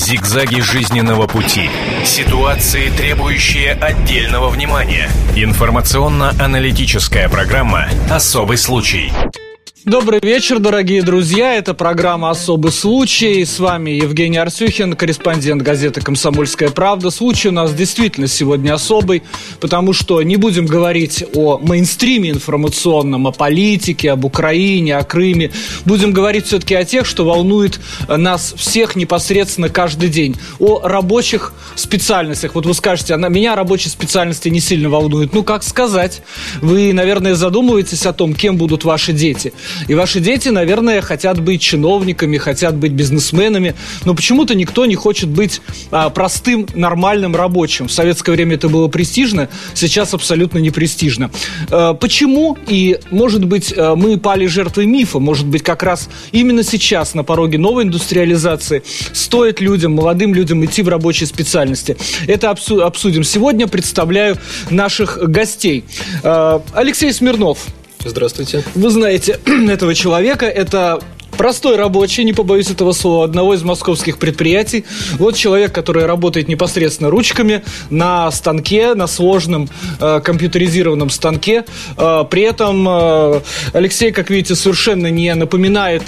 Зигзаги жизненного пути. Ситуации, требующие отдельного внимания. Информационно-аналитическая программа «Особый случай». Добрый вечер, дорогие друзья. Это программа «Особый случай». С вами Евгений Арсюхин, корреспондент газеты «Комсомольская правда». Случай у нас действительно сегодня особый, потому что не будем говорить о мейнстриме информационном, о политике, об Украине, о Крыме. Будем говорить все-таки о тех, что волнует нас всех непосредственно каждый день. О рабочих специальностях. Вот вы скажете, меня рабочие специальности не сильно волнуют. Ну, как сказать? Вы, наверное, задумываетесь о том, кем будут ваши дети. И ваши дети, наверное, хотят быть чиновниками, хотят быть бизнесменами, но почему-то никто не хочет быть простым, нормальным рабочим. В советское время это было престижно, сейчас абсолютно не престижно. Почему? И, может быть, мы пали жертвой мифа, может быть, как раз именно сейчас, на пороге новой индустриализации, стоит людям, молодым людям идти в рабочие специальности. Это обсудим сегодня. Представляю наших гостей. Алексей Смирнов. Здравствуйте. Вы знаете этого человека, это простой рабочий, не побоюсь этого слова, одного из московских предприятий. Вот человек, который работает непосредственно ручками на станке, на сложном компьютеризированном станке. При этом Алексей, как видите, совершенно не напоминает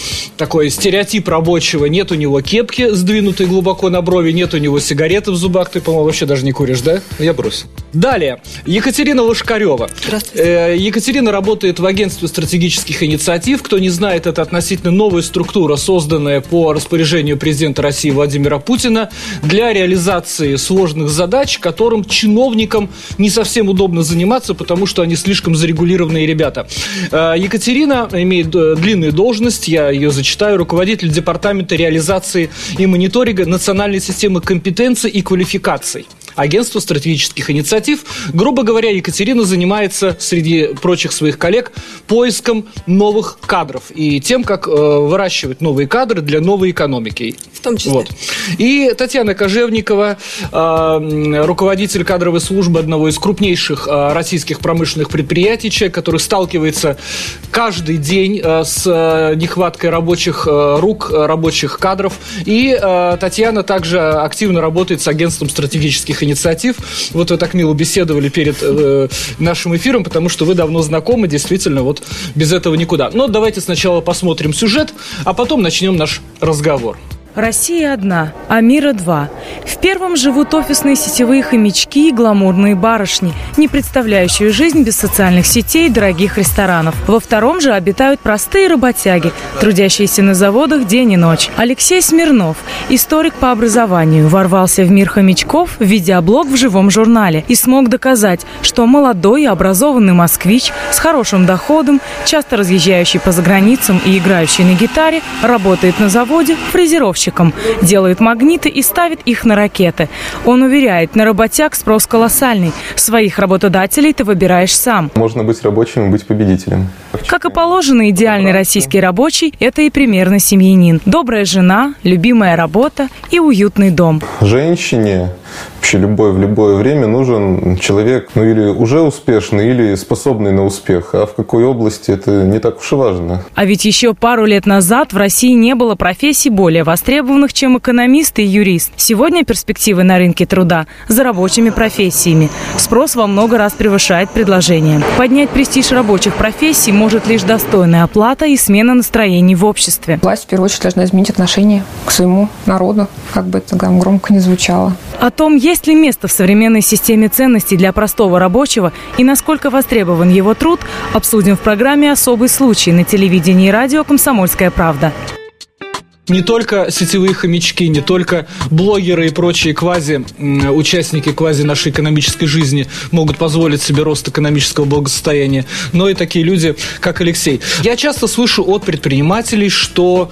такой стереотип рабочего. Нет у него кепки, сдвинутой глубоко на брови, нет у него сигареты в зубах. Ты, по-моему, вообще даже не куришь, да? Я бросил. Далее. Екатерина Лошкарева. Здравствуйте. Екатерина работает в агентстве стратегических инициатив. Кто не знает, это относительно новая структура, созданная по распоряжению президента России Владимира Путина для реализации сложных задач, которым чиновникам не совсем удобно заниматься, потому что они слишком зарегулированные ребята. Екатерина имеет длинную должность, я ее зачитаю, руководитель департамента реализации и мониторинга национальной системы компетенций и квалификаций. Агентство стратегических инициатив. Грубо говоря, Екатерина занимается, среди прочих своих коллег, поиском новых кадров и тем, как выращивать новые кадры для новой экономики. В том числе. Вот. И Татьяна Кожевникова, руководитель кадровой службы одного из крупнейших российских промышленных предприятий, человек, который сталкивается каждый день с нехваткой рабочих рук, рабочих кадров. И Татьяна также активно работает с агентством стратегических инициатив. Вот вы так мило беседовали перед нашим эфиром, потому что вы давно знакомы, действительно, вот без этого никуда. Но давайте сначала посмотрим сюжет, а потом начнем наш разговор. Россия одна, а мира два. В первом живут офисные сетевые хомячки и гламурные барышни, не представляющие жизнь без социальных сетей и дорогих ресторанов. Во втором же обитают простые работяги, трудящиеся на заводах день и ночь. Алексей Смирнов, историк по образованию, ворвался в мир хомячков, ведя блог в живом журнале, и смог доказать, что молодой и образованный москвич с хорошим доходом, часто разъезжающий по заграницам и играющий на гитаре, работает на заводе фрезеровщиком. Делает магниты и ставит их на ракеты. Он уверяет, на работяг спрос колоссальный. Своих работодателей ты выбираешь сам. Можно быть рабочим и быть победителем. Как и положено, идеальный российский рабочий – это и примерно семьянин. Добрая жена, любимая работа и уютный дом. Женщине вообще в любое время нужен человек, или уже успешный, или способный на успех. А в какой области, это не так уж и важно. А ведь еще пару лет назад в России не было профессий более востребованных, чем экономист и юрист. Сегодня перспективы на рынке труда за рабочими профессиями. Спрос во много раз превышает предложение. Поднять престиж рабочих профессий может лишь достойная оплата и смена настроений в обществе. Власть, в первую очередь, должна изменить отношение к своему народу, как бы это там громко не звучало. О том, есть ли место в современной системе ценностей для простого рабочего и насколько востребован его труд, обсудим в программе «Особый случай» на телевидении и радио «Комсомольская правда». Не только сетевые хомячки, не только блогеры и прочие участники квази нашей экономической жизни могут позволить себе рост экономического благосостояния, но и такие люди, как Алексей. Я часто слышу от предпринимателей, что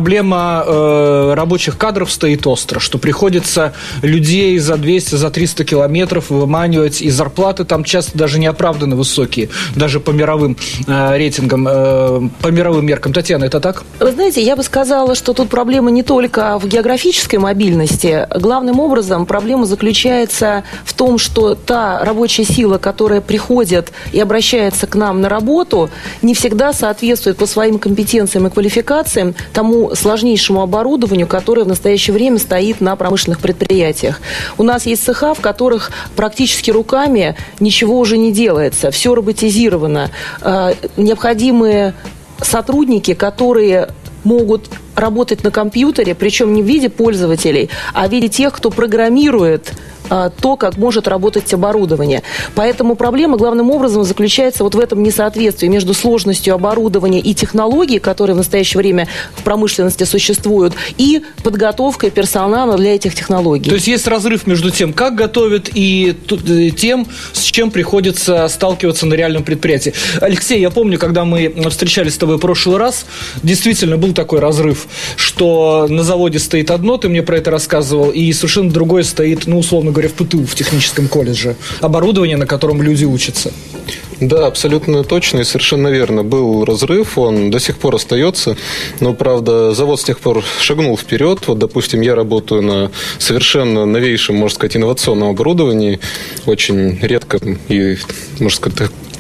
проблема рабочих кадров стоит остро, что приходится людей за 200, за 300 километров выманивать, и зарплаты там часто даже неоправданно высокие, даже по мировым рейтингам, по мировым меркам. Татьяна, это так? Вы знаете, я бы сказала, что тут проблема не только в географической мобильности. Главным образом проблема заключается в том, что та рабочая сила, которая приходит и обращается к нам на работу, не всегда соответствует по своим компетенциям и квалификациям тому сложнейшему оборудованию, которое в настоящее время стоит на промышленных предприятиях. У нас есть цеха, в которых практически руками ничего уже не делается. Все роботизировано. Необходимые сотрудники, которые могут работать на компьютере, причем не в виде пользователей, а в виде тех, кто программирует то, как может работать оборудование. Поэтому проблема главным образом заключается вот в этом несоответствии между сложностью оборудования и технологий, которые в настоящее время в промышленности существуют, и подготовкой персонала для этих технологий. То есть есть разрыв между тем, как готовят, и тем, с чем приходится сталкиваться на реальном предприятии. Алексей, я помню, когда мы встречались с тобой в прошлый раз, действительно был такой разрыв, что на заводе стоит одно, ты мне про это рассказывал, и совершенно другое стоит, условно говоря, в ПТУ, в техническом колледже. Оборудование, на котором люди учатся. Да, абсолютно точно и совершенно верно. Был разрыв, он до сих пор остается, но, правда, завод с тех пор шагнул вперед. Вот, допустим, я работаю на совершенно новейшем, можно сказать, инновационном оборудовании, очень редко и, можно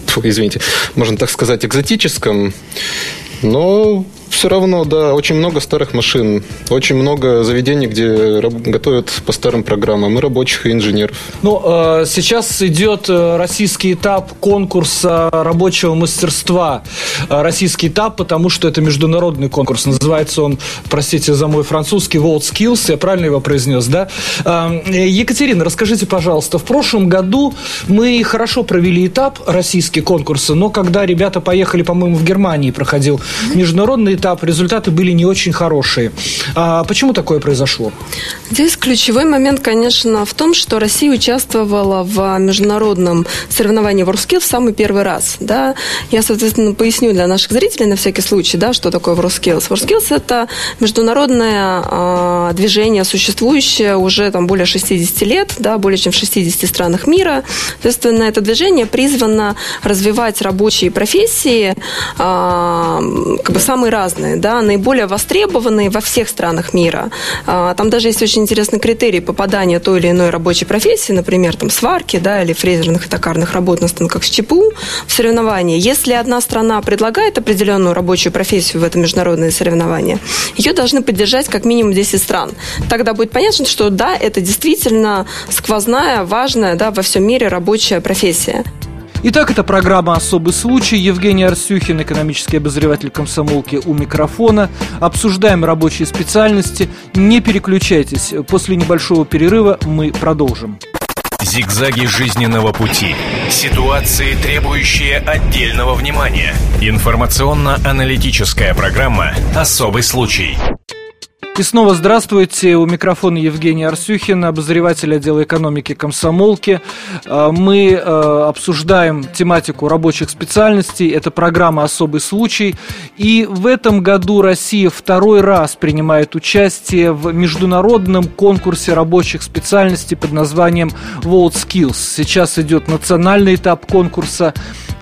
так сказать, экзотическом, но все равно, да, очень много старых машин, очень много заведений, где готовят по старым программам, и рабочих, и инженеров. Сейчас идет российский этап конкурса рабочего мастерства. Российский этап, потому что это международный конкурс. Называется он, простите за мой французский, WorldSkills. Я правильно его произнес, да? Екатерина, расскажите, пожалуйста, в прошлом году мы хорошо провели этап российский конкурса, но когда ребята поехали, по-моему, в Германии проходил международный этап, результаты были не очень хорошие. Почему такое произошло? Здесь ключевой момент, конечно, в том, что Россия участвовала в международном соревновании WorldSkills в самый первый раз. Да? Я, соответственно, поясню для наших зрителей на всякий случай, да, что такое WorldSkills. WorldSkills – это международное движение, существующее уже более 60 лет, да, более чем в 60 странах мира. Соответственно, это движение призвано развивать рабочие профессии, самые разные, да, наиболее востребованные во всех странах мира. Там даже есть очень интересный критерий попадания той или иной рабочей профессии, например, сварки, да, или фрезерных и токарных работ на станках с ЧПУ в соревновании. Если одна страна предлагает определенную рабочую профессию в это международное соревнование, ее должны поддержать как минимум 10 стран. Тогда будет понятно, что да, это действительно сквозная, важная, да, во всем мире рабочая профессия. Итак, это программа «Особый случай». Евгений Арсюхин, экономический обозреватель «Комсомолки», у микрофона. Обсуждаем рабочие специальности. Не переключайтесь. После небольшого перерыва мы продолжим. Зигзаги жизненного пути. Ситуации, требующие отдельного внимания. Информационно-аналитическая программа «Особый случай». И снова здравствуйте. У микрофона Евгений Арсюхин, обозреватель отдела экономики «Комсомолки». Мы обсуждаем тематику рабочих специальностей. Это программа «Особый случай». И в этом году Россия второй раз принимает участие в международном конкурсе рабочих специальностей под названием WorldSkills. Сейчас идет национальный этап конкурса.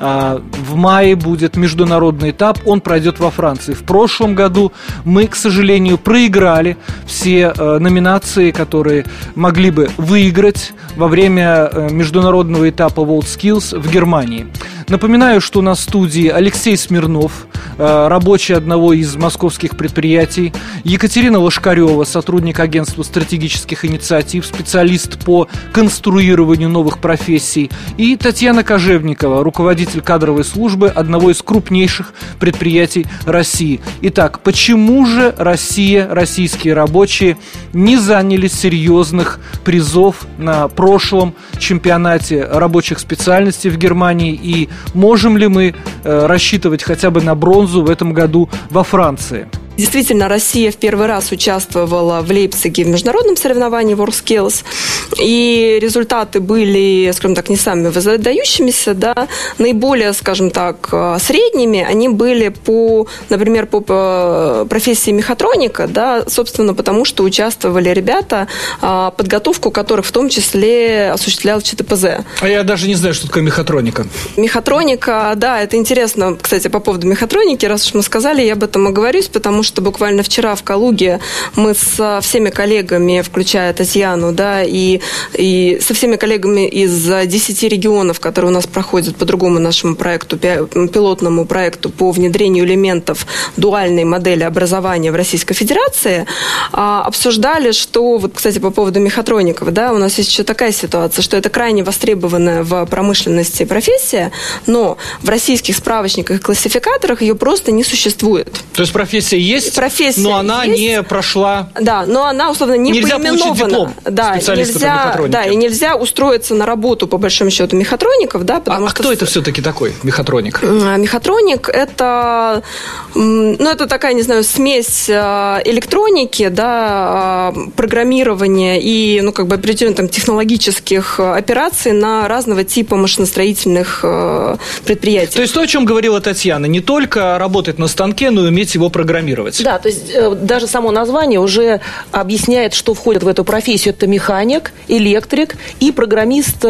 В мае будет международный этап. Он пройдет во Франции. В прошлом году мы, к сожалению, проиграли все номинации, которые могли бы выиграть во время международного этапа WorldSkills в Германии. Напоминаю, что на студии Алексей Смирнов, рабочий одного из московских предприятий, Екатерина Лошкарева, сотрудник агентства стратегических инициатив, специалист по конструированию новых профессий, и Татьяна Кожевникова, руководитель кадровой службы одного из крупнейших предприятий России. Итак, почему же российские рабочие не заняли серьезных призов на прошлом чемпионате рабочих специальностей в Германии, и можем ли мы рассчитывать хотя бы на бронзу в этом году во Франции? Действительно, Россия в первый раз участвовала в Лейпциге в международном соревновании WorldSkills, и результаты были, скажем так, не самыми выдающимися, да, наиболее, скажем так, средними они были например, по профессии мехатроника, да, собственно, потому что участвовали ребята, подготовку которых в том числе осуществлял ЧТПЗ. А я даже не знаю, что такое мехатроника. Мехатроника, да, это интересно, кстати, по поводу мехатроники, раз уж мы сказали, я об этом оговорюсь, потому что буквально вчера в Калуге мы со всеми коллегами, включая Татьяну, да, и со всеми коллегами из 10 регионов, которые у нас проходят по другому нашему проекту, пилотному проекту по внедрению элементов дуальной модели образования в Российской Федерации, обсуждали, что, вот, кстати, по поводу мехатроников, да, у нас есть еще такая ситуация, что это крайне востребованная в промышленности профессия, но в российских справочниках и классификаторах ее просто не существует. То есть профессия есть, но она есть, не прошла... Да, но она, условно, не нельзя поименована. Получить диплом специалиста по мехатронике. Да, и нельзя устроиться на работу, по большому счету, мехатроников, да, потому что... кто это все-таки такой, мехатроник? Мехатроник – это, это такая, не знаю, смесь электроники, да, программирования и, определенных там технологических операций на разного типа машиностроительных предприятий. То есть то, о чем говорила Татьяна, не только работать на станке, но и уметь его программировать. Да, то есть даже само название уже объясняет, что входит в эту профессию. Это механик, электрик и программист,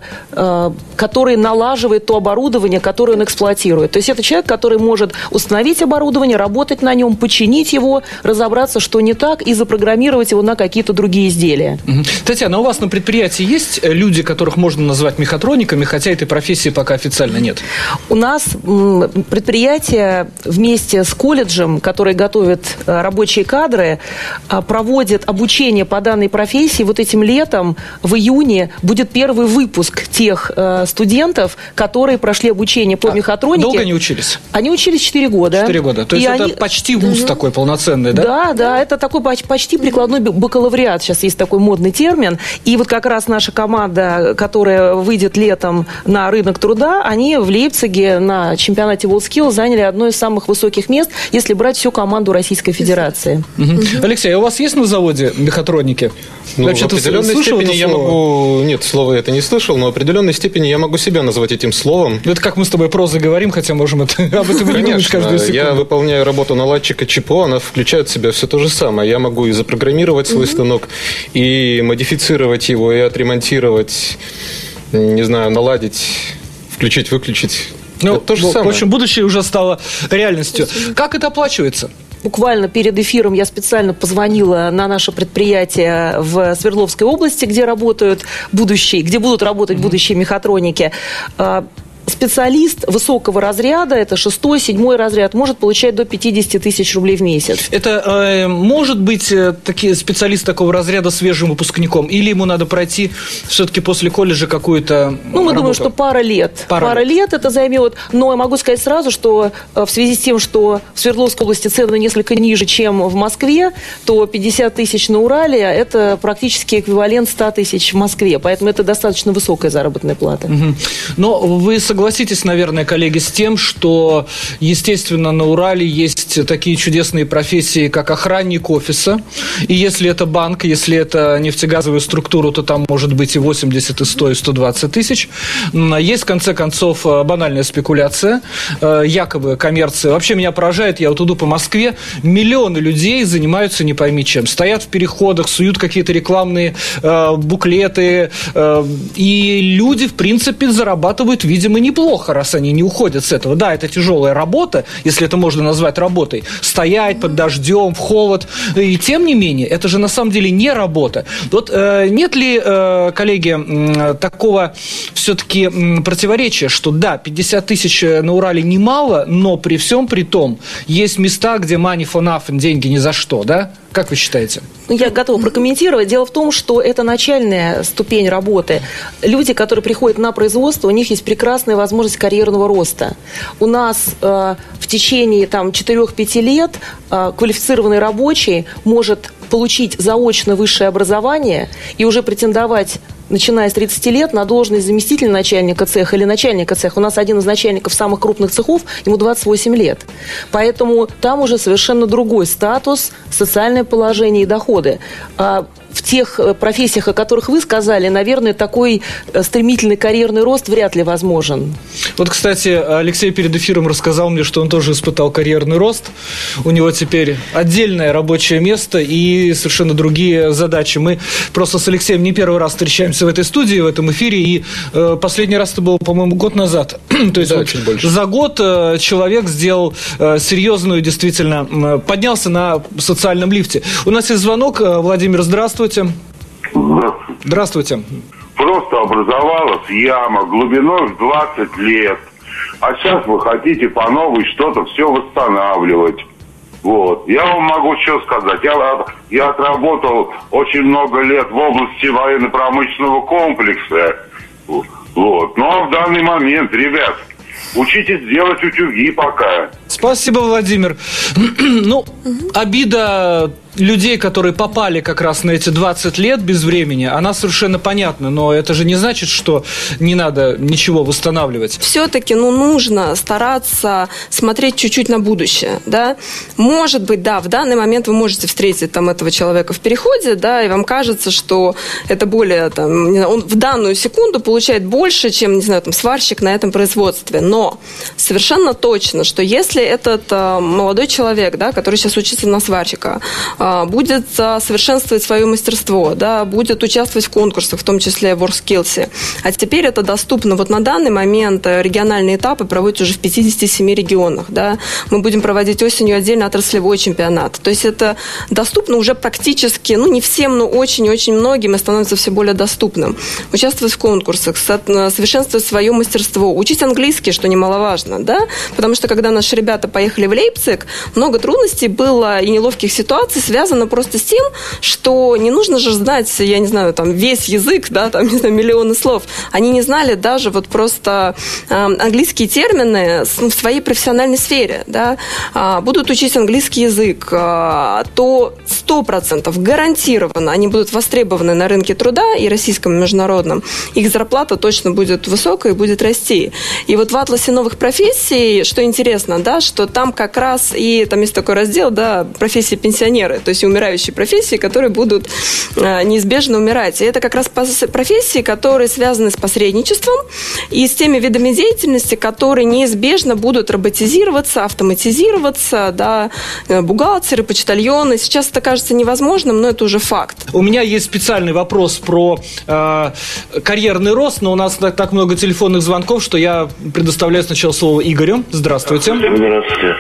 который налаживает то оборудование, которое он эксплуатирует. То есть это человек, который может установить оборудование, работать на нем, починить его, разобраться, что не так, и запрограммировать его на какие-то другие изделия. Татьяна, у вас на предприятии есть люди, которых можно назвать мехатрониками, хотя этой профессии пока официально нет? У нас предприятие вместе с колледжем, который готовит рабочие кадры, проводит обучение по данной профессии. Вот этим летом, в июне, будет первый выпуск тех студентов, которые прошли обучение по мехатронике. Долго они учились? Они учились 4 года. 4 года. То есть это почти вуз такой полноценный, да? Да, это такой почти прикладной бакалавриат. Сейчас есть такой модный термин. И вот как раз наша команда, которая выйдет летом на рынок труда, они в Лейпциге на чемпионате WorldSkills заняли одно из самых высоких мест, если брать всю команду Российской Федерации. Алексей, а у вас есть на заводе мехатроники? В определенной степени я могу... Нет, слова я это не слышал, но в определенной степени я могу себя назвать этим словом. Это как мы с тобой прозой говорим, хотя можем об этом и не думать каждую секунду. Я выполняю работу наладчика ЧПО, она включает в себя все то же самое. Я могу и запрограммировать свой станок, и модифицировать его, и отремонтировать, не знаю, наладить, включить-выключить. Это то же самое. В общем, будущее уже стало реальностью. Как это оплачивается? Буквально перед эфиром я специально позвонила на наше предприятие в Свердловской области, где будут работать будущие мехатроники. Специалист высокого разряда, это 6-7 разряд, может получать до 50 тысяч рублей в месяц. Это может быть специалист такого разряда свежим выпускником? Или ему надо пройти все-таки после колледжа какую-то мы думаем, что пара лет. Пара лет это займет. Но я могу сказать сразу, что в связи с тем, что в Свердловской области цены несколько ниже, чем в Москве, то 50 тысяч на Урале – это практически эквивалент 100 тысяч в Москве. Поэтому это достаточно высокая заработная плата. Но вы согласитесь, наверное, коллеги, с тем, что, естественно, на Урале есть такие чудесные профессии, как охранник офиса. И если это банк, если это нефтегазовая структура, то там может быть и 80, и 100, и 120 тысяч. Есть, в конце концов, банальная спекуляция, якобы коммерция. Вообще меня поражает, я вот иду по Москве, миллионы людей занимаются не пойми чем. Стоят в переходах, суют какие-то рекламные буклеты. И люди, в принципе, зарабатывают, видимо, неплохо, раз они не уходят с этого. Да, это тяжелая работа, если это можно назвать работой. Стоять под дождем, в холод. И тем не менее, это же на самом деле не работа. Вот нет ли, коллеги, такого все-таки противоречия, что да, 50 тысяч на Урале немало, но при всем при том есть места, где money for nothing, деньги ни за что, да? Как вы считаете? Я готова прокомментировать. Дело в том, что это начальная ступень работы. Люди, которые приходят на производство, у них есть прекрасная возможность карьерного роста. У нас в течение 4-5 лет квалифицированный рабочий может получить заочно высшее образование и уже претендовать, начиная с 30 лет, на должность заместителя начальника цеха или начальника цеха. У нас один из начальников самых крупных цехов, ему 28 лет. Поэтому там уже совершенно другой статус, социальное положение и доходы. В в тех профессиях, о которых вы сказали, наверное, такой стремительный карьерный рост вряд ли возможен. Вот, кстати, Алексей перед эфиром рассказал мне, что он тоже испытал карьерный рост. У него теперь отдельное рабочее место и совершенно другие задачи. Мы просто с Алексеем не первый раз встречаемся в этой студии, в этом эфире, и последний раз это было, по-моему, год назад. То есть да, чуть больше. За год человек сделал серьезную, действительно, поднялся на социальном лифте. У нас есть звонок. Владимир, здравствуйте. Здравствуйте. Просто образовалась яма глубиной в 20 лет. А сейчас вы хотите по новой что-то все восстанавливать. Вот. Я вам могу что сказать. Я отработал очень много лет в области военно-промышленного комплекса. Вот. Но в данный момент, ребят, учитесь делать утюги пока. Спасибо, Владимир. Ну, обида людей, которые попали как раз на эти 20 лет без времени, она совершенно понятна, но это же не значит, что не надо ничего восстанавливать. Все-таки, нужно стараться смотреть чуть-чуть на будущее, да. Может быть, да, в данный момент вы можете встретить там этого человека в переходе, да, и вам кажется, что это более, там, он в данную секунду получает больше, чем, не знаю, там, сварщик на этом производстве, но совершенно точно, что если этот молодой человек, да, который сейчас учится на сварщика, будет совершенствовать свое мастерство, да, будет участвовать в конкурсах, в том числе в WorkSkills. А теперь это доступно. Вот на данный момент региональные этапы проводятся уже в 57 регионах. Да. Мы будем проводить осенью отдельно отраслевой чемпионат. То есть это доступно уже практически, не всем, но очень-очень многим, и становится все более доступным. Участвовать в конкурсах, совершенствовать свое мастерство, учить английский, что немаловажно, да, потому что когда наши ребята поехали в Лейпциг, много трудностей было и неловких ситуаций, связано просто с тем, что не нужно же знать, я не знаю, там, весь язык, да, там, не знаю, миллионы слов. Они не знали даже вот просто английские термины в своей профессиональной сфере, да. Будут учить английский язык, то 100% гарантированно они будут востребованы на рынке труда и российском, и международном. Их зарплата точно будет высокая и будет расти. И вот в атласе новых профессий, что интересно, да, что там как раз и там есть такой раздел, да, профессии пенсионеры, то есть умирающие профессии, которые будут неизбежно умирать. И это как раз профессии, которые связаны с посредничеством и с теми видами деятельности, которые неизбежно будут роботизироваться, автоматизироваться, да, бухгалтеры, почтальоны. Сейчас это кажется невозможным, но это уже факт. У меня есть специальный вопрос про карьерный рост, но у нас так много телефонных звонков, что я предоставляю сначала слово Игорю. Здравствуйте. Здравствуйте.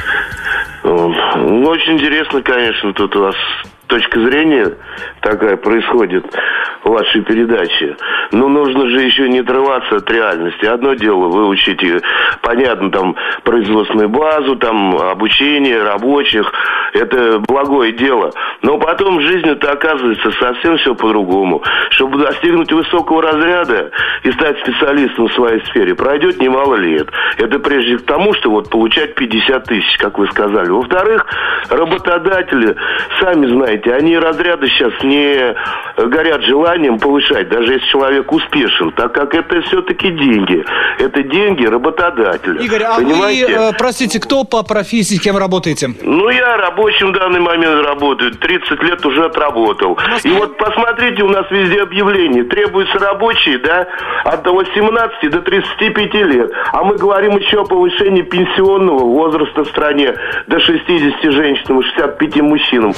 Очень интересно, конечно, тут у вас точка зрения такая происходит в вашей передаче. Но нужно же еще не отрываться от реальности. Одно дело, вы учите, понятно, там, производственную базу, там, обучение рабочих. Это благое дело. Но потом в жизни-то оказывается совсем все по-другому. Чтобы достигнуть высокого разряда и стать специалистом в своей сфере, пройдет немало лет. Это прежде к тому, что вот получать 50 тысяч, как вы сказали. Во-вторых, работодатели, сами знаете, они разряды сейчас не горят желанием повышать, даже если человек успешен, так как это все-таки деньги. Это деньги работодателя. Игорь, а понимаете? Вы, простите, кто по профессии, кем работаете? Я рабочим в данный момент работаю. 30 лет уже отработал. И вот посмотрите, у нас везде объявления. Требуются рабочие, да, от 18 до 35 лет. А мы говорим еще о повышении пенсионного возраста в стране до 60 женщинам и 65 мужчинам.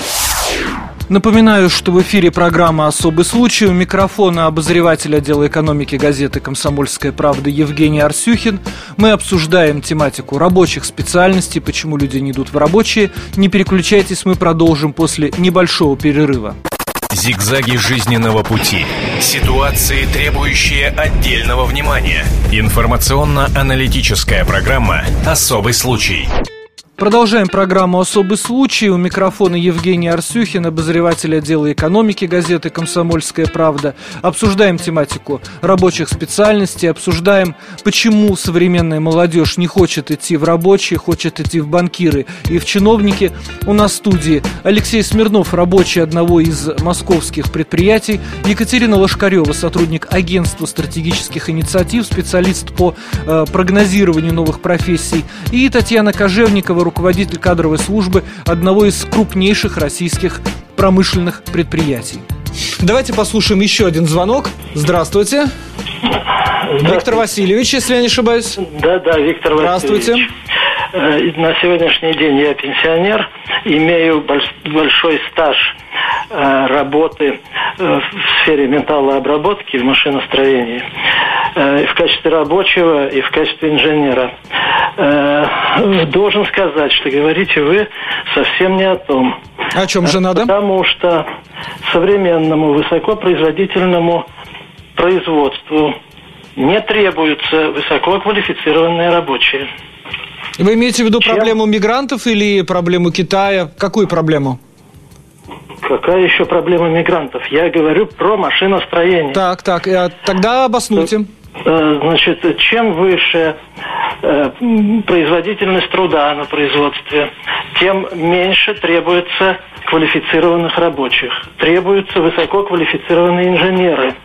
Напоминаю, что в эфире программа «Особый случай». У микрофона обозреватель отдела экономики газеты «Комсомольская правда» Евгений Арсюхин. Мы обсуждаем тематику рабочих специальностей, почему люди не идут в рабочие. Не переключайтесь, мы продолжим после небольшого перерыва. Зигзаги жизненного пути. Ситуации, требующие отдельного внимания. Информационно-аналитическая программа «Особый случай». Продолжаем программу «Особый случай». У микрофона Евгений Арсюхин, обозреватель отдела экономики газеты «Комсомольская правда». Обсуждаем тематику рабочих специальностей, обсуждаем, почему современная молодежь не хочет идти в рабочие, хочет идти в банкиры и в чиновники. У нас в студии Алексей Смирнов, рабочий одного из московских предприятий, Екатерина Лошкарева, сотрудник агентства стратегических инициатив, специалист по прогнозированию новых профессий, и Татьяна Кожевникова, руководитель кадровой службы одного из крупнейших российских промышленных предприятий. Давайте послушаем еще один звонок. Здравствуйте. Виктор Васильевич, если я не ошибаюсь. Да, Виктор Васильевич. Здравствуйте. На сегодняшний день я пенсионер, имею большой стаж работы в сфере металлообработки, в машиностроении, в качестве рабочего и в качестве инженера. Должен сказать, что говорите вы совсем не о том. О чем же надо? Потому что современному высокопроизводительному производству не требуются высококвалифицированные рабочие. Вы имеете в виду проблему мигрантов или проблему Китая? Какую проблему? Какая еще проблема мигрантов? Я говорю про машиностроение. Так, тогда обоснуйте. Значит, чем выше производительность труда на производстве, тем меньше требуется квалифицированных рабочих. Требуются высококвалифицированные инженеры.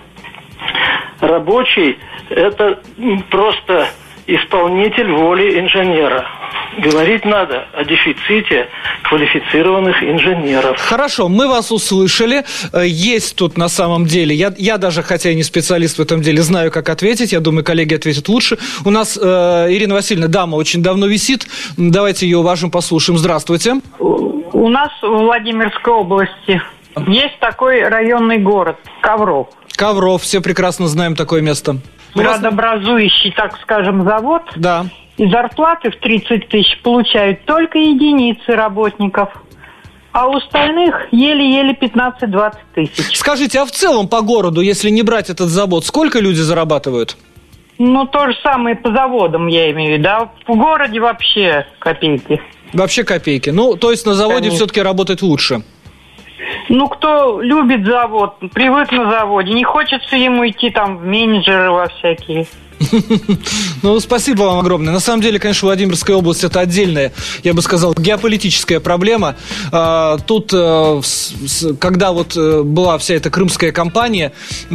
Рабочий – это просто исполнитель воли инженера. Говорить надо о дефиците квалифицированных инженеров. Хорошо, мы вас услышали. Есть тут на самом деле, я даже, хотя и не специалист в этом деле, знаю, как ответить. Я думаю, коллеги ответят лучше. У нас Ирина Васильевна, дама, очень давно висит. Давайте ее уважим, послушаем. Здравствуйте. У нас в Владимирской области есть такой районный город Ковров. Ковров, все прекрасно знаем такое место. Градообразующий, так скажем, завод. Да. И зарплаты в 30 тысяч получают только единицы работников. А у остальных еле-еле 15-20 тысяч. Скажите, а в целом по городу, если не брать этот завод, сколько люди зарабатывают? Ну, то же самое по заводам, я имею в виду. Да? В городе вообще копейки. Вообще копейки. Ну, то есть на заводе Конечно. все-таки работать лучше. Ну, кто любит завод, привык на заводе, не хочется ему идти там в менеджеры во всякие. Ну, спасибо вам огромное. На самом деле, конечно, Владимирская область – это отдельная, я бы сказал, геополитическая проблема. Тут, когда вот была вся эта крымская кампания,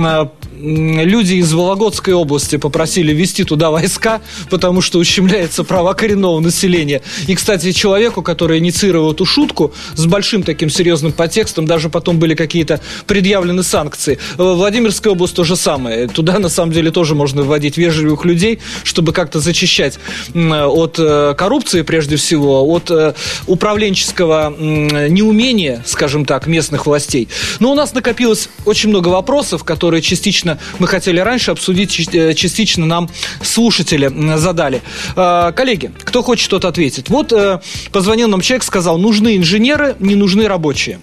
люди из Вологодской области попросили ввести туда войска, потому что ущемляются права коренного населения. И, кстати, человеку, который инициировал эту шутку с большим таким серьезным подтекстом, даже потом были какие-то предъявлены санкции. Владимирская область то же самое. Туда, на самом деле, тоже можно вводить вежливых людей, чтобы как-то зачищать от коррупции, прежде всего, от управленческого неумения, скажем так, местных властей. Но у нас накопилось очень много вопросов, которые частично мы хотели раньше обсудить, частично нам слушатели задали. Коллеги, кто хочет, тот ответит. Вот позвонил нам человек, сказал, нужны инженеры, не нужны рабочие.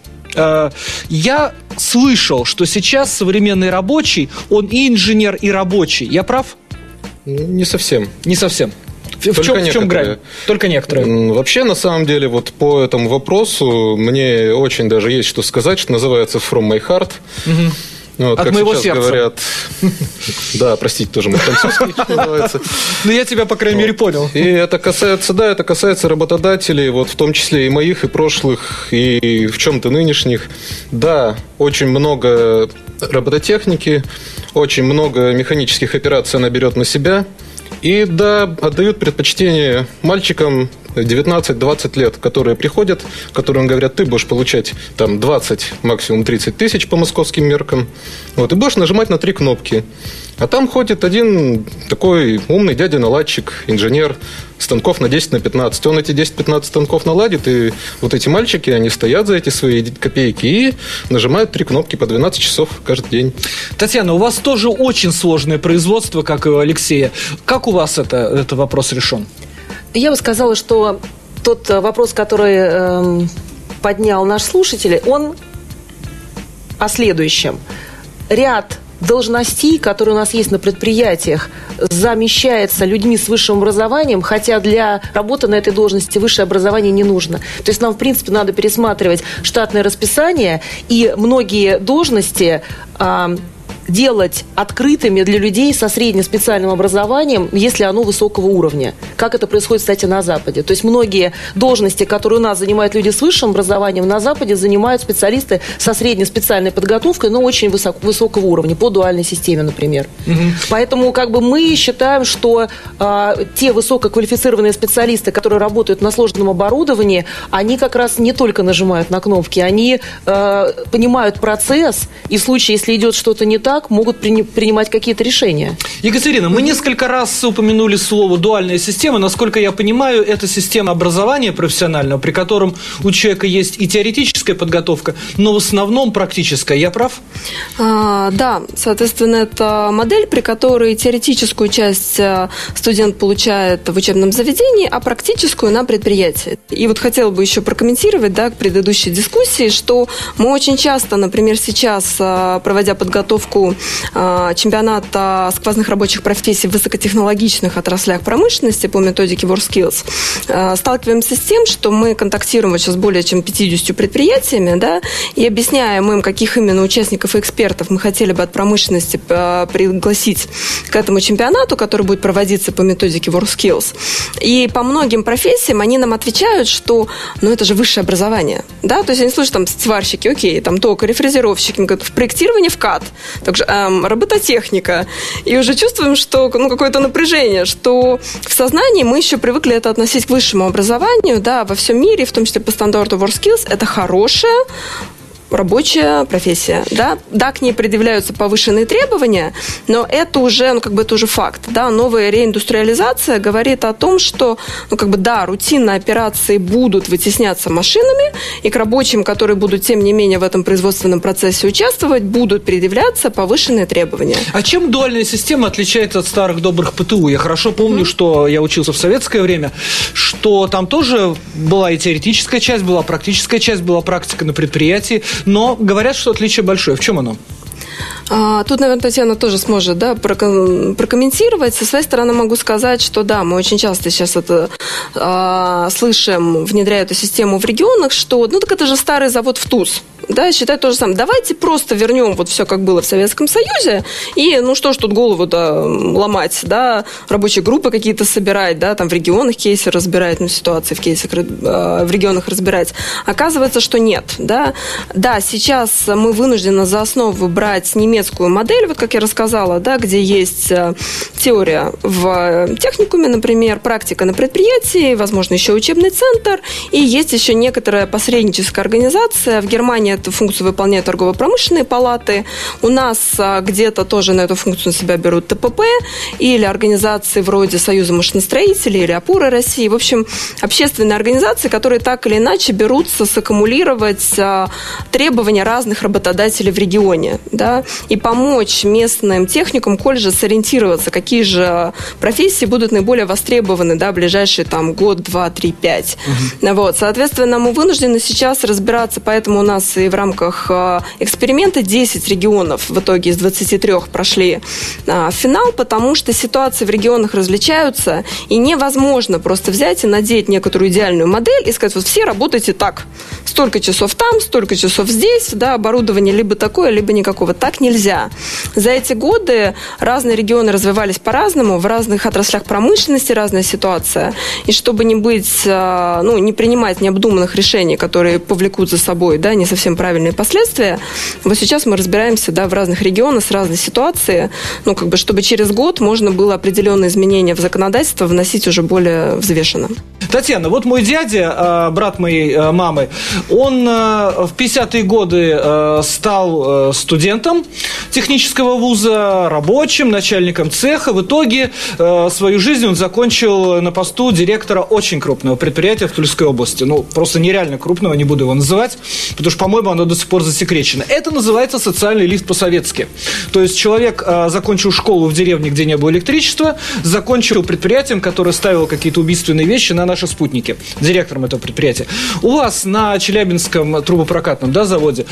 Я слышал, что сейчас современный рабочий, он и инженер, и рабочий. Я прав? Не совсем. Не совсем. В чем грань? Только некоторые. Вообще, на самом деле, вот по этому вопросу мне очень даже есть что сказать, что называется «From my heart». Угу. Вот, от как моего сейчас сердца. Говорят, да, простите, тоже мой французский, что называется. Но я тебя, по крайней мере, понял. И это касается работодателей, вот в том числе и моих, и прошлых, и в чем-то нынешних. Да, очень много робототехники, очень много механических операций она берет на себя. И да, отдают предпочтение мальчикам 19-20 лет, которые приходят, которым говорят, ты будешь получать там 20, максимум 30 тысяч по московским меркам, вот, и будешь нажимать на 3 кнопки. А там ходит один такой умный дядя-наладчик, инженер, станков на 10, на 15. Он эти 10-15 станков наладит, и вот эти мальчики, они стоят за эти свои копейки и нажимают 3 кнопки по 12 часов каждый день. Татьяна, у вас тоже очень сложное производство, как и у Алексея. Как у вас этот вопрос решен? Я бы сказала, что тот вопрос, который поднял наш слушатель, он о следующем. Ряд должностей, которые у нас есть на предприятиях, замещается людьми с высшим образованием, хотя для работы на этой должности высшее образование не нужно. То есть нам, в принципе, надо пересматривать штатное расписание, и многие должности делать открытыми для людей со среднеспециальным образованием, если оно высокого уровня. Как это происходит, кстати, на Западе. То есть многие должности, которые у нас занимают люди с высшим образованием, на Западе занимают специалисты со среднеспециальной подготовкой, но очень высокого уровня, по дуальной системе, например. Поэтому мы считаем, что те высококвалифицированные специалисты, которые работают на сложном оборудовании, они как раз не только нажимают на кнопки, они понимают процесс, и в случае, если идет что-то не так, могут принимать какие-то решения. Екатерина, мы несколько раз упомянули слово «дуальная система». Насколько я понимаю, это система образования профессионального, при котором у человека есть и теоретическая подготовка, но в основном практическая. Я прав? Да, соответственно, это модель, при которой теоретическую часть студент получает в учебном заведении, а практическую на предприятии. И вот хотела бы еще прокомментировать, к предыдущей дискуссии, что мы очень часто, например, сейчас, проводя подготовку чемпионата сквозных рабочих профессий в высокотехнологичных отраслях промышленности по методике WorkSkills, сталкиваемся с тем, что мы контактируем сейчас с более чем 50 предприятиями, и объясняем им, каких именно участников и экспертов мы хотели бы от промышленности пригласить к этому чемпионату, который будет проводиться по методике WorkSkills. И по многим профессиям они нам отвечают, что это же высшее образование. То есть они слушают, сварщики, окей, токари, фрезеровщики, в проектировании ВКАД, также робототехника. И уже чувствуем, что какое-то напряжение, что в сознании мы еще привыкли это относить к высшему образованию, во всем мире, в том числе по стандарту WorkSkills, это хорошее рабочая профессия, к ней предъявляются повышенные требования, но это уже, это уже факт, новая реиндустриализация говорит о том, что, рутинные операции будут вытесняться машинами, и к рабочим, которые будут, тем не менее, в этом производственном процессе участвовать, будут предъявляться повышенные требования. А чем дуальная система отличается от старых добрых ПТУ? Я хорошо помню, что я учился в советское время, что там тоже была и теоретическая часть, была практическая часть, была практика на предприятии, но говорят, что отличие большое. В чем оно? Тут, наверное, Татьяна тоже сможет прокомментировать. Со своей стороны могу сказать, что мы очень часто сейчас это слышим, внедряя эту систему в регионах, что так это же старый завод в ТУЗ. Считать то же самое. Давайте просто вернем все, как было в Советском Союзе, и что ж тут голову ломать, рабочие группы какие-то собирать, там в регионах кейсы разбирать, ситуации в кейсах в регионах разбирать. Оказывается, что нет. Сейчас мы вынуждены за основу брать немецкую модель, как я рассказала, где есть теория в техникуме, например, практика на предприятии, возможно, еще учебный центр, и есть еще некоторая посредническая организация. В Германии эту функцию выполняют торгово-промышленные палаты. У нас где-то тоже на эту функцию на себя берут ТПП или организации вроде Союза машиностроителей или Опоры России. В общем, общественные организации, которые так или иначе берутся саккумулировать требования разных работодателей в регионе, и помочь местным техникумам, колледжам сориентироваться, какие же профессии будут наиболее востребованы, в ближайшие год, 2, 3, 5. Соответственно, мы вынуждены сейчас разбираться, поэтому у нас и в рамках эксперимента 10 регионов в итоге из 23 прошли финал, потому что ситуации в регионах различаются, и невозможно просто взять и надеть некоторую идеальную модель и сказать, все работайте так. Столько часов там, столько часов здесь, оборудование либо такое, либо никакого. Так нельзя. За эти годы разные регионы развивались по-разному, в разных отраслях промышленности разная ситуация. И чтобы не быть, не принимать необдуманных решений, которые повлекут за собой, не совсем правильные последствия, сейчас мы разбираемся, в разных регионах с разной ситуацией, чтобы через год можно было определенные изменения в законодательство вносить уже более взвешенно. Татьяна, мой дядя, брат моей мамы, он в 50-е годы стал студентом технического вуза, рабочим, начальником цеха. В итоге свою жизнь он закончил на посту директора очень крупного предприятия в Тульской области. Просто нереально крупного, не буду его называть, потому что, по-моему, оно до сих пор засекречено. Это называется социальный лифт по-советски. То есть человек закончил школу в деревне, где не было электричества, закончил предприятием, которое ставило какие-то убийственные вещи на наши спутники, директором этого предприятия. У вас на Челябинском трубопрокатном заводе,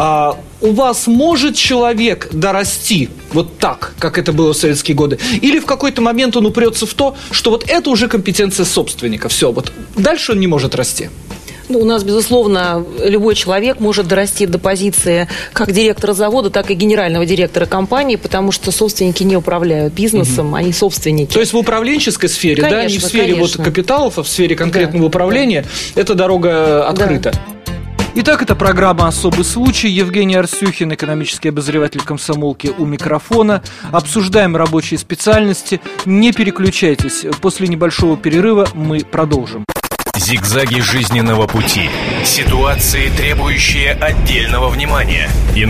у вас может человек дорасти так, как это было в советские годы? Или в какой-то момент он упрется в то, что это уже компетенция собственника, все, дальше он не может расти? Ну, у нас, безусловно, любой человек может дорасти до позиции как директора завода, так и генерального директора компании, потому что собственники не управляют бизнесом, они собственники. То есть в управленческой сфере, конечно, да, не в сфере вот капиталов, а в сфере конкретного управления, эта дорога открыта. Итак, это программа «Особый случай». Евгений Арсюхин, экономический обозреватель «Комсомолки» у микрофона. Обсуждаем рабочие специальности. Не переключайтесь. После небольшого перерыва мы продолжим. Зигзаги жизненного пути. Ситуации, требующие отдельного внимания.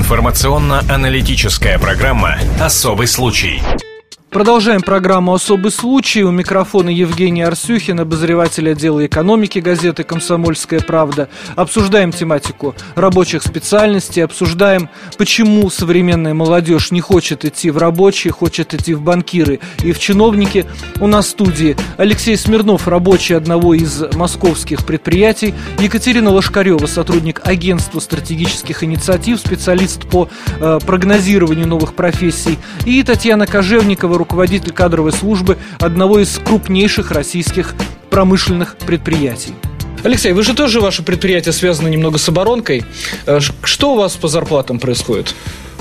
Информационно-аналитическая программа «Особый случай». Продолжаем программу «Особый случай». У микрофона Евгений Арсюхин, обозреватель отдела экономики газеты «Комсомольская правда». Обсуждаем тематику рабочих специальностей, обсуждаем, почему современная молодежь не хочет идти в рабочие, хочет идти в банкиры и в чиновники. У нас в студии Алексей Смирнов, рабочий одного из московских предприятий, Екатерина Лошкарева, сотрудник агентства стратегических инициатив, специалист по прогнозированию новых профессий, и Татьяна Кожевникова, руководитель кадровой службы одного из крупнейших российских промышленных предприятий. Алексей, вы же тоже, ваше предприятие связано немного с оборонкой. Что у вас по зарплатам происходит?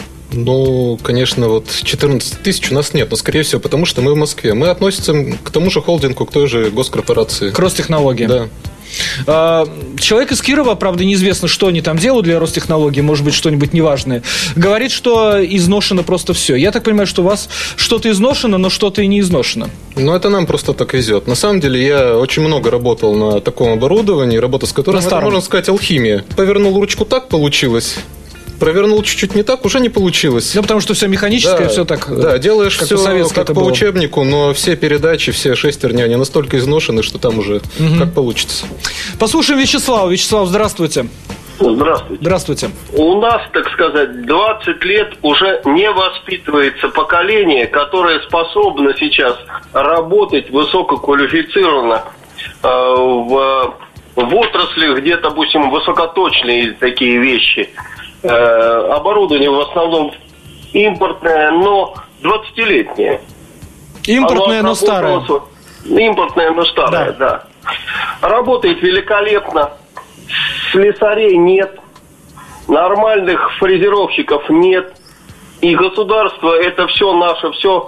Ну, конечно, вот 14 тысяч у нас нет, но, скорее всего, потому что мы в Москве. Мы относимся к тому же холдингу, к той же госкорпорации. К Ростехнологиям. Да. Человек из Кирова, правда, неизвестно, что они там делают для Ростехнологий, может быть, что-нибудь неважное, говорит, что изношено просто все. Я так понимаю, что у вас что-то изношено, но что-то и не изношено. Ну, это нам просто так везет. На самом деле, я очень много работал на таком оборудовании, работа с которым, это, можно сказать, алхимия. Повернул ручку так, получилось. Провернул чуть-чуть не так, уже не получилось. Ну, потому что все механическое, да, все так. Да, делаешь как все как по учебнику, но все передачи, все шестерни, они настолько изношены, что там уже как получится. Послушаем Вячеслава. Вячеслав, здравствуйте. Здравствуйте. Здравствуйте. У нас, так сказать, 20 лет уже не воспитывается поколение, которое способно сейчас работать высококвалифицированно в отраслях, где, допустим, высокоточные такие вещи. Оборудование в основном импортное, но 20-летнее. Импортное, но старое. Импортное, но старое, да. Работает великолепно. Слесарей нет. Нормальных фрезеровщиков нет. И государство это все наше, все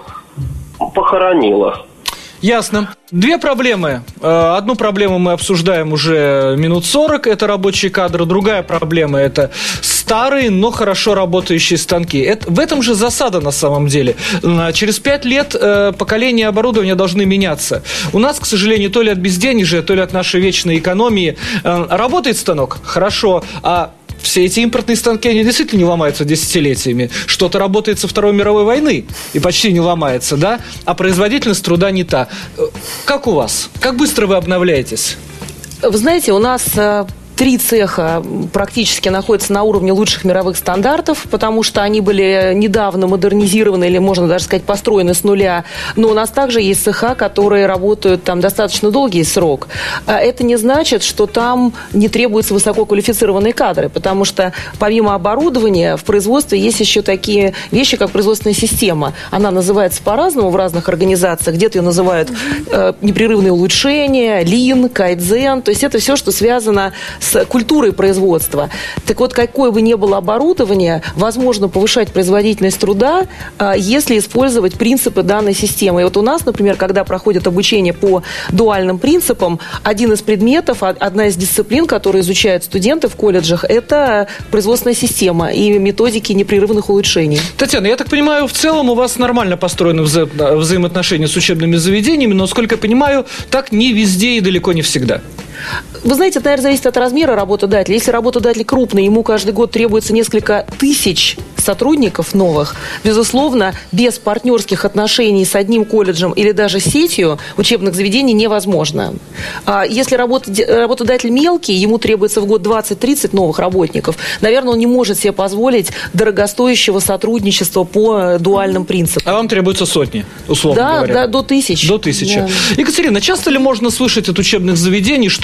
похоронило. Ясно. Две проблемы. Одну проблему мы обсуждаем уже минут 40, это рабочие кадры. Другая проблема – это старые, но хорошо работающие станки. В этом же засада на самом деле. Через 5 лет поколения оборудования должны меняться. У нас, к сожалению, то ли от безденежья, то ли от нашей вечной экономии. Работает станок? Хорошо. А все эти импортные станки, они действительно не ломаются десятилетиями. Что-то работает со Второй мировой войны и почти не ломается, да? А производительность труда не та. Как у вас? Как быстро вы обновляетесь? Вы знаете, у нас 3 цеха практически находятся на уровне лучших мировых стандартов, потому что они были недавно модернизированы, или можно даже сказать, построены с нуля. Но у нас также есть цеха, которые работают там достаточно долгий срок. Это не значит, что там не требуются высококвалифицированные кадры, потому что помимо оборудования в производстве есть еще такие вещи, как производственная система. Она называется по-разному в разных организациях. Где-то ее называют непрерывные улучшения, лин, кайдзен. То есть это все, что связано с культурой производства. Так вот, какое бы ни было оборудование, возможно повышать производительность труда, если использовать принципы данной системы. И вот у нас, например, когда проходит обучение по дуальным принципам, один из предметов, одна из дисциплин, которые изучают студенты в колледжах, это производственная система и методики непрерывных улучшений. Татьяна, я так понимаю, в целом у вас нормально построены взаимоотношения с учебными заведениями, но, насколько я понимаю, так не везде и далеко не всегда. Вы знаете, это, наверное, зависит от размера работодателя. Если работодатель крупный, ему каждый год требуется несколько тысяч сотрудников новых, безусловно, без партнерских отношений с одним колледжем или даже сетью учебных заведений невозможно. Если работодатель мелкий, ему требуется в год 20-30 новых работников, наверное, он не может себе позволить дорогостоящего сотрудничества по дуальным принципам. А вам требуется сотни, условно говоря? Да, до 1000. До 1000. Да. Екатерина, часто ли можно слышать от учебных заведений, что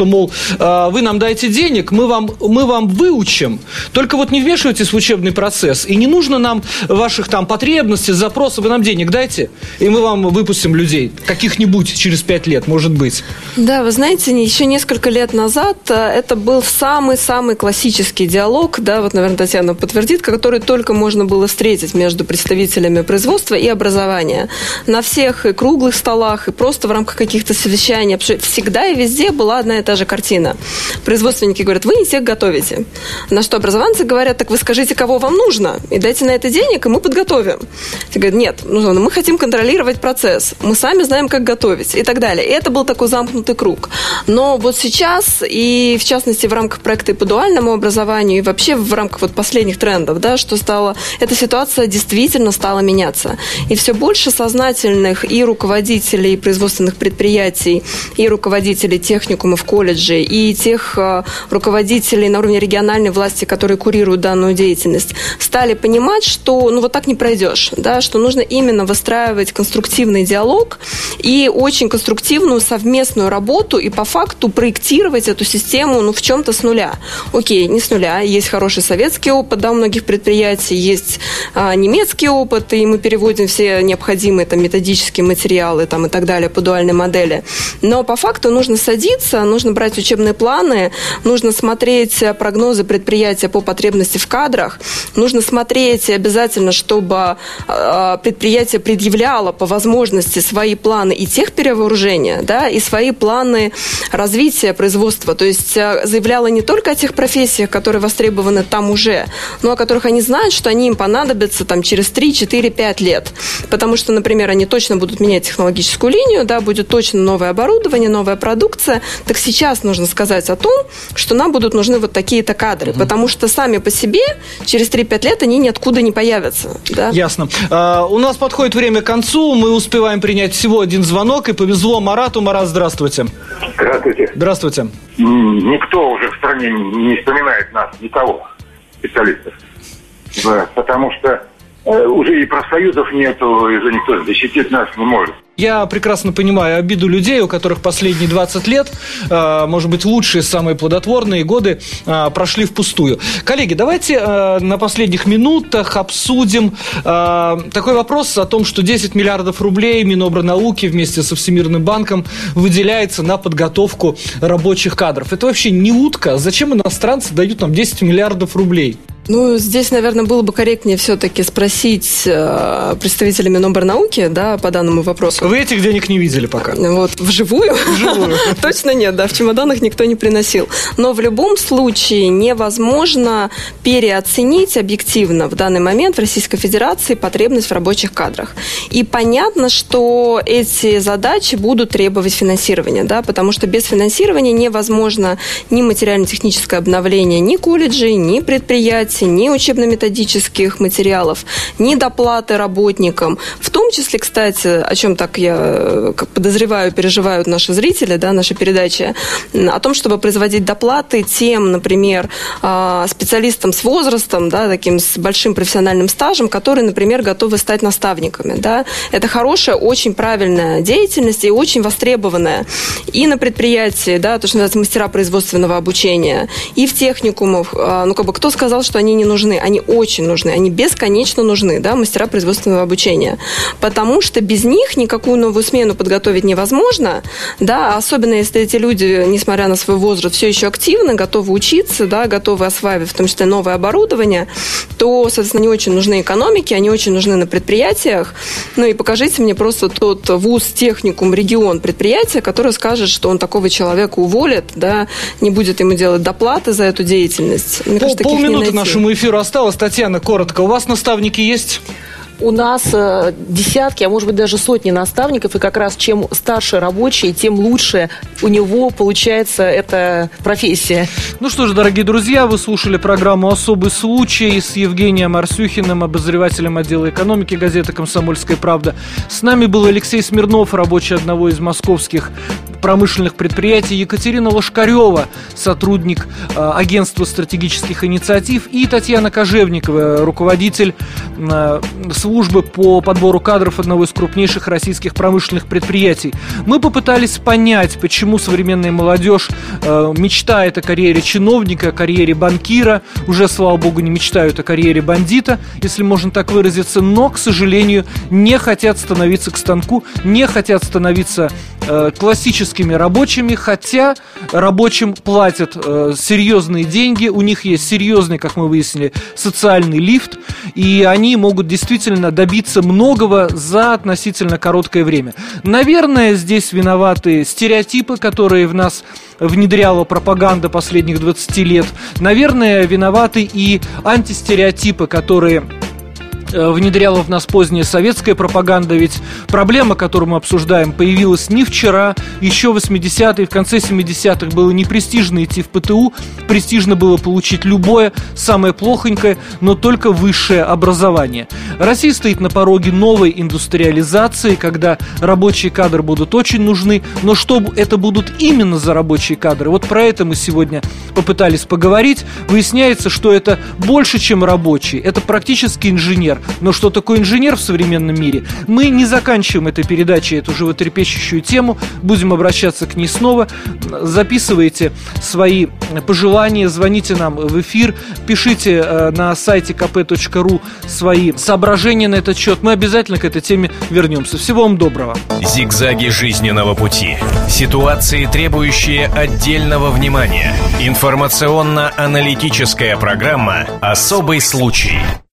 что, мол, вы нам дайте денег, мы вам выучим, только вот не вмешивайтесь в учебный процесс, и не нужно нам ваших там потребностей, запросов, вы нам денег дайте, и мы вам выпустим людей, каких-нибудь через 5 лет, может быть. Да, вы знаете, еще несколько лет назад это был самый-самый классический диалог, да, вот, наверное, Татьяна подтвердит, который только можно было встретить между представителями производства и образования. На всех и круглых столах, и просто в рамках каких-то совещаний всегда и везде была одна и та же картина. Производственники говорят, вы не всех готовите. На что образованцы говорят, так вы скажите, кого вам нужно, и дайте на это денег, и мы подготовим. Те говорят, нет, мы хотим контролировать процесс, мы сами знаем, как готовить, и так далее. И это был такой замкнутый круг. Но вот сейчас, и в частности в рамках проекта и по дуальному образованию, и вообще в рамках вот последних трендов, да, что стало, эта ситуация действительно стала меняться. И все больше сознательных и руководителей производственных предприятий, и руководителей техникумов, колледжей, и тех руководителей на уровне региональной власти, которые курируют данную деятельность, стали понимать, что вот так не пройдешь, да, что нужно именно выстраивать конструктивный диалог и очень конструктивную совместную работу и по факту проектировать эту систему в чем-то с нуля. Окей, не с нуля, есть хороший советский опыт, да, у многих предприятий, есть немецкий опыт, и мы переводим все необходимые там методические материалы там, и так далее по дуальной модели. Но по факту нужно садиться, нужно брать учебные планы, нужно смотреть прогнозы предприятия по потребности в кадрах, нужно смотреть обязательно, чтобы предприятие предъявляло по возможности свои планы и техперевооружения, да, и свои планы развития производства. То есть заявляло не только о тех профессиях, которые востребованы там уже, но о которых они знают, что они им понадобятся там, через 3, 4, 5 лет. Потому что, например, они точно будут менять технологическую линию, да, будет точно новое оборудование, новая продукция. Так сейчас нужно сказать о том, что нам будут нужны вот такие-то кадры, потому что сами по себе через 3-5 лет они ниоткуда не появятся. Да? Ясно. У нас подходит время к концу, мы успеваем принять всего один звонок, и повезло Марату. Марат, здравствуйте. Здравствуйте. Здравствуйте. Никто уже в стране не вспоминает нас, никого, специалистов. Да, потому что уже и профсоюзов нету, и уже никто защитить нас не может. Я прекрасно понимаю обиду людей, у которых последние 20 лет, может быть, лучшие, самые плодотворные годы прошли впустую. Коллеги, давайте на последних минутах обсудим такой вопрос о том, что 10 миллиардов рублей Минобрнауки вместе со Всемирным банком выделяется на подготовку рабочих кадров. Это вообще не утка. Зачем иностранцы дают нам 10 миллиардов рублей? Здесь, наверное, было бы корректнее все-таки спросить представителей Минобрнауки, да, по данному вопросу. Вы этих денег не видели пока? Вот, вживую? Вживую. Точно нет, да, в чемоданах никто не приносил. Но в любом случае невозможно переоценить объективно в данный момент в Российской Федерации потребность в рабочих кадрах. И понятно, что эти задачи будут требовать финансирования, да, потому что без финансирования невозможно ни материально-техническое обновление ни колледжей, ни предприятий, ни учебно-методических материалов, ни доплаты работникам. В том числе, кстати, о чем так я подозреваю, переживают наши зрители, да, нашей передачи, о том, чтобы производить доплаты тем, например, специалистам с возрастом, да, таким с большим профессиональным стажем, которые, например, готовы стать наставниками. Да. Это хорошая, очень правильная деятельность и очень востребованная и на предприятии, да, то, что называется мастера производственного обучения, и в техникумах. Кто сказал, что они не нужны? Они очень нужны, они бесконечно нужны, да, мастера производственного обучения. Потому что без них никакую новую смену подготовить невозможно, да, особенно если эти люди, несмотря на свой возраст, все еще активны, готовы учиться, да, готовы осваивать в том числе новое оборудование, то, соответственно, они очень нужны экономике, они очень нужны на предприятиях. И покажите мне просто тот вуз, техникум, регион предприятия, который скажет, что он такого человека уволит, да, не будет ему делать доплаты за эту деятельность. Мне кажется, полминуты нашему эфиру осталось. Татьяна, коротко, у вас наставники есть? У нас десятки, а может быть даже сотни наставников, и как раз чем старше рабочий, тем лучше у него получается эта профессия. Ну что ж, дорогие друзья, вы слушали программу «Особый случай» с Евгением Арсюхиным, обозревателем отдела экономики газеты «Комсомольская правда». С нами был Алексей Смирнов, рабочий одного из московских промышленных предприятий, Екатерина Лошкарева, сотрудник агентства стратегических инициатив, и Татьяна Кожевникова, руководитель службы по подбору кадров одного из крупнейших российских промышленных предприятий. Мы попытались понять, почему современная молодежь мечтает о карьере чиновника, о карьере банкира, уже, слава богу, не мечтают о карьере бандита, если можно так выразиться, но, к сожалению, не хотят становиться к станку, не хотят становиться классическими рабочими, хотя рабочим платят серьезные деньги, у них есть серьезный, как мы выяснили, социальный лифт, и они могут действительно добиться многого за относительно короткое время. Наверное, здесь виноваты стереотипы, которые в нас внедряла пропаганда последних 20 лет. Наверное, виноваты и антистереотипы, которые внедряла в нас поздняя советская пропаганда, ведь проблема, которую мы обсуждаем, появилась не вчера, еще в 80-е, в конце 70-х было не престижно идти в ПТУ, престижно было получить любое, самое плохонькое, но только высшее образование. Россия стоит на пороге новой индустриализации, когда рабочие кадры будут очень нужны, но что это будут именно за рабочие кадры? Вот про это мы сегодня попытались поговорить. Выясняется, что это больше, чем рабочий, это практически инженер. Но что такое инженер в современном мире? Мы не заканчиваем этой передачей, эту животрепещущую тему. Будем обращаться к ней снова. Записывайте свои пожелания, звоните нам в эфир, пишите на сайте kp.ru свои соображения на этот счет. Мы обязательно к этой теме вернемся. Всего вам доброго. Зигзаги жизненного пути. Ситуации, требующие отдельного внимания. Информационно-аналитическая программа «Особый случай».